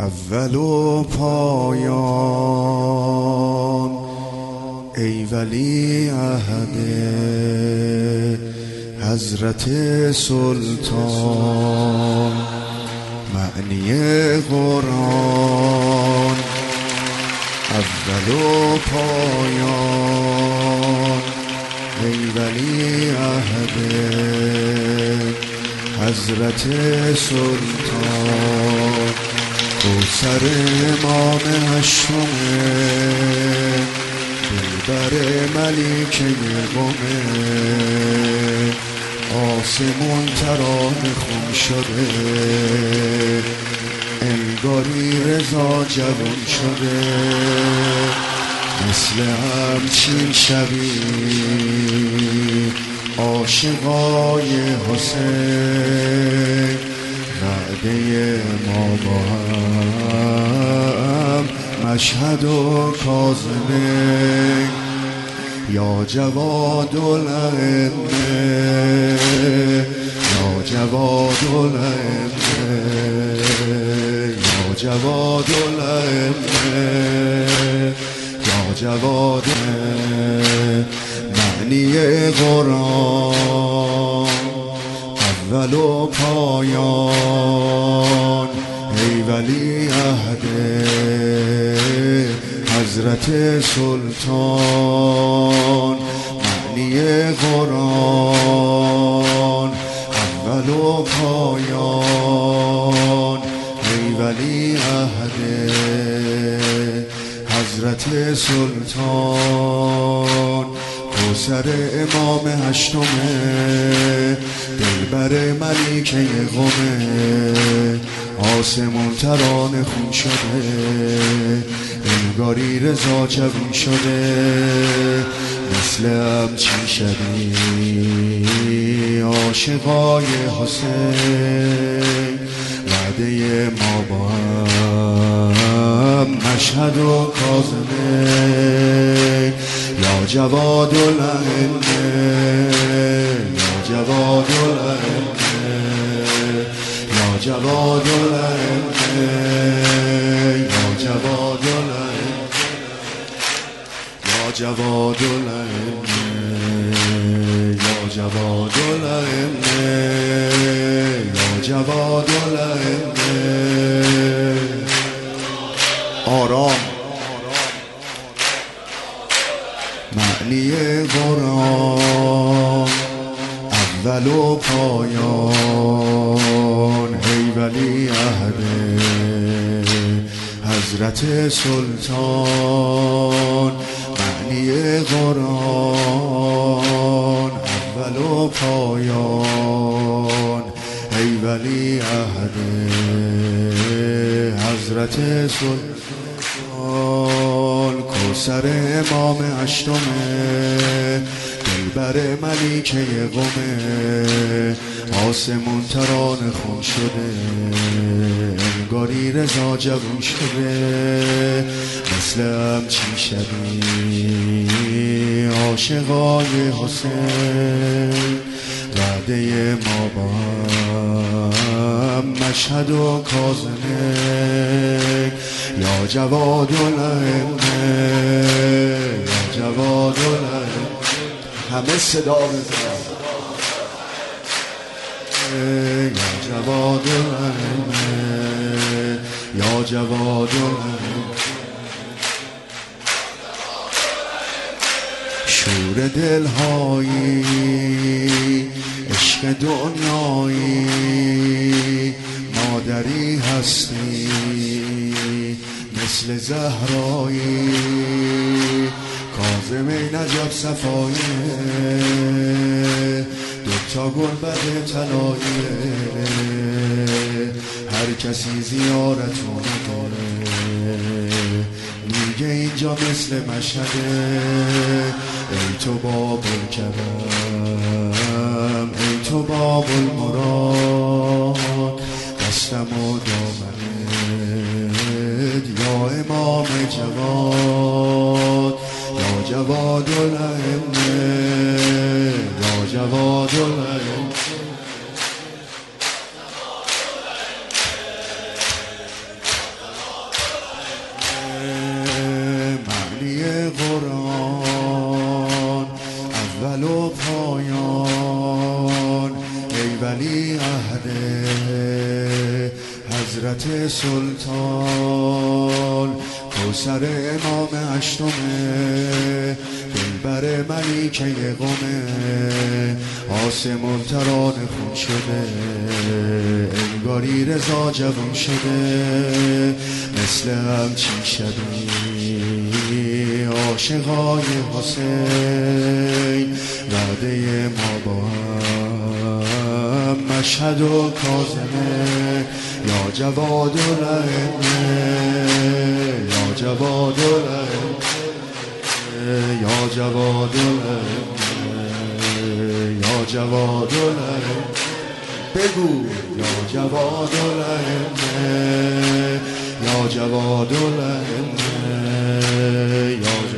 اول و پایان ای ولی عهد حضرت سلطان، معنی قرآن اول و پایان ای ولی عهد حضرت سلطان، کوثر امام هشتمه دلبر ملیکه قمه، آسمون ترانه خون شده انگاری رضا جوان شده، مثل همچین شبی عاشقای حسین، وعده ما با هم مشهد و کاظمه، یا جواد الائمه یا جواد الائمه یا جواد الائمه یا جواد، معنی قرآن اول و پایان ای ولی عهد حضرت سلطان، معنی قرآن اول و پایان ای ولی عهد حضرت سلطان، کوثر امام هشتمه دلبر ملیکه قمه، آسمون ترانه خون شده انگاری رضا جوان شده، مثل همچین شبی عاشقای حسین، وعده ما با هم مشهد و کاظمه، یا جواد الائمه یا جواد الائمه یا جواد الائمه یا جواد الائمه یا جواد الائمه یا جواد الائمه یا جواد الائمه، آرام معنی قرآن اول و پایان ای ولی عهد حضرت سلطان، معنی قرآن اول و پایان ای ولی عهد حضرت سلطان، کوثر امام هشتمه دلبر ملیکه قمه، آسمون ترانه خون شده انگاری رضا جوان شده، مثل همچین شبی عاشقای حسین، وعده ما با هم مشهد و کاظمه، یا جواد الائمه یا جواد الائمه، همه صدا بزنن، یا جواد الائمه یا جواد الائمه، شور دلهایی عشق دنیایی، مادری هستی مثل زهرایی، کاظمه نجف صفایی، دوتا گنبد طلاییه، هر کسی زیارتونه داره، میگه اینجا مثل مشهده، ای تو باب الکرم ای تو باب المراد، دستم و دامنت یا امام جواد، یا جواد الائمه یا جواد الائمه، ولی عهده حضرت سلطان کوثر امام هشتمه دلبر ملیکه قمه آسمون ترانه خون شده انگاری رضا جوان شده مثل همچین شبی عاشقای حسین وعده ما با هم مشهد و کاظمه یا جواد الائمه یا جواد الائمه یا جواد الائمه یا جواد الائمه بگو یا جواد الائمه یا جواد الائمه یا